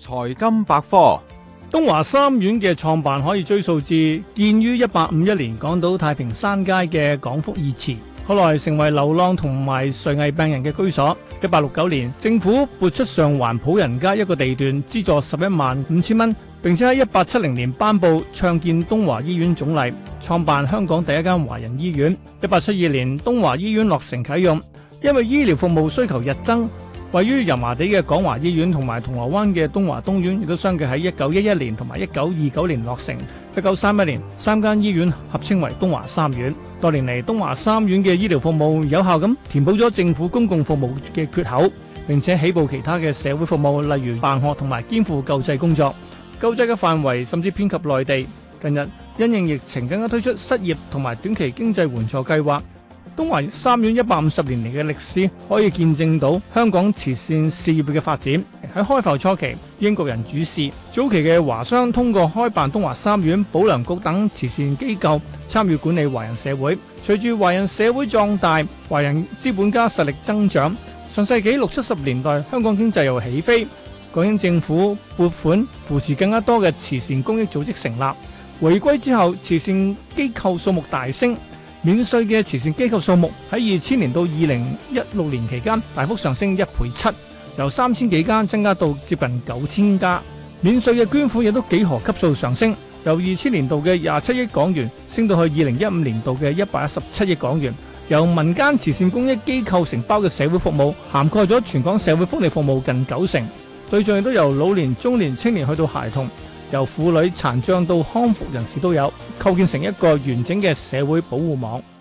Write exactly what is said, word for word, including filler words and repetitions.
財金百科。 東華三院嘅創辦可以追溯至建於一八五一年港島太平山街嘅廣福義祠，後來成為流浪同埋垂危病人嘅居所。一八六九年，政府撥出上環普仁街一個地段，資助十一萬五千蚊，並且喺一八七零年頒布倡建東華醫院總例，創辦香港第一間華人醫院。一八七二年，東華醫院落成啟用，因為醫療服務需求日增。位於油麻地嘅廣華醫院同埋銅鑼灣嘅東華東院亦都相繼喺一九一一年同埋一九二九年落成。一九三一年，三間醫院合稱為東華三院。多年嚟，東華三院嘅醫療服務有效咁填補咗政府公共服務嘅缺口，並且起步其他嘅社會服務，例如辦學同埋肩負救濟工作。救濟嘅範圍甚至遍及內地。近日因應疫情，更加推出失業同埋短期經濟援助計劃。東華三院一百五十年嚟嘅歷史，可以見證到香港慈善事業嘅發展。喺開埠初期，英國人主事，早期嘅華商通過開辦東華三院、保良局等慈善機構，參與管理華人社會。隨住華人社會壯大，華人資本家實力增長，上世紀六七十年代香港經濟又起飛，港英政府撥款扶持更加多嘅慈善公益組織成立。回歸之後，慈善機構數目大升。免稅嘅慈善機構數目喺二千年到二零一六年期間大幅上升一倍七，由三千幾間增加到接近九千家。免稅嘅捐款亦都幾何級數上升，由二千年度嘅廿七億港元升到去二零一五年度嘅一百一十七億港元。由民間慈善公益機構承包嘅社會服務涵蓋咗全港社會福利服務近九成，對象亦都由老年、中年、青年去到孩童，由婦女、殘障到康復人士都有，構建成一個完整嘅社會保護網。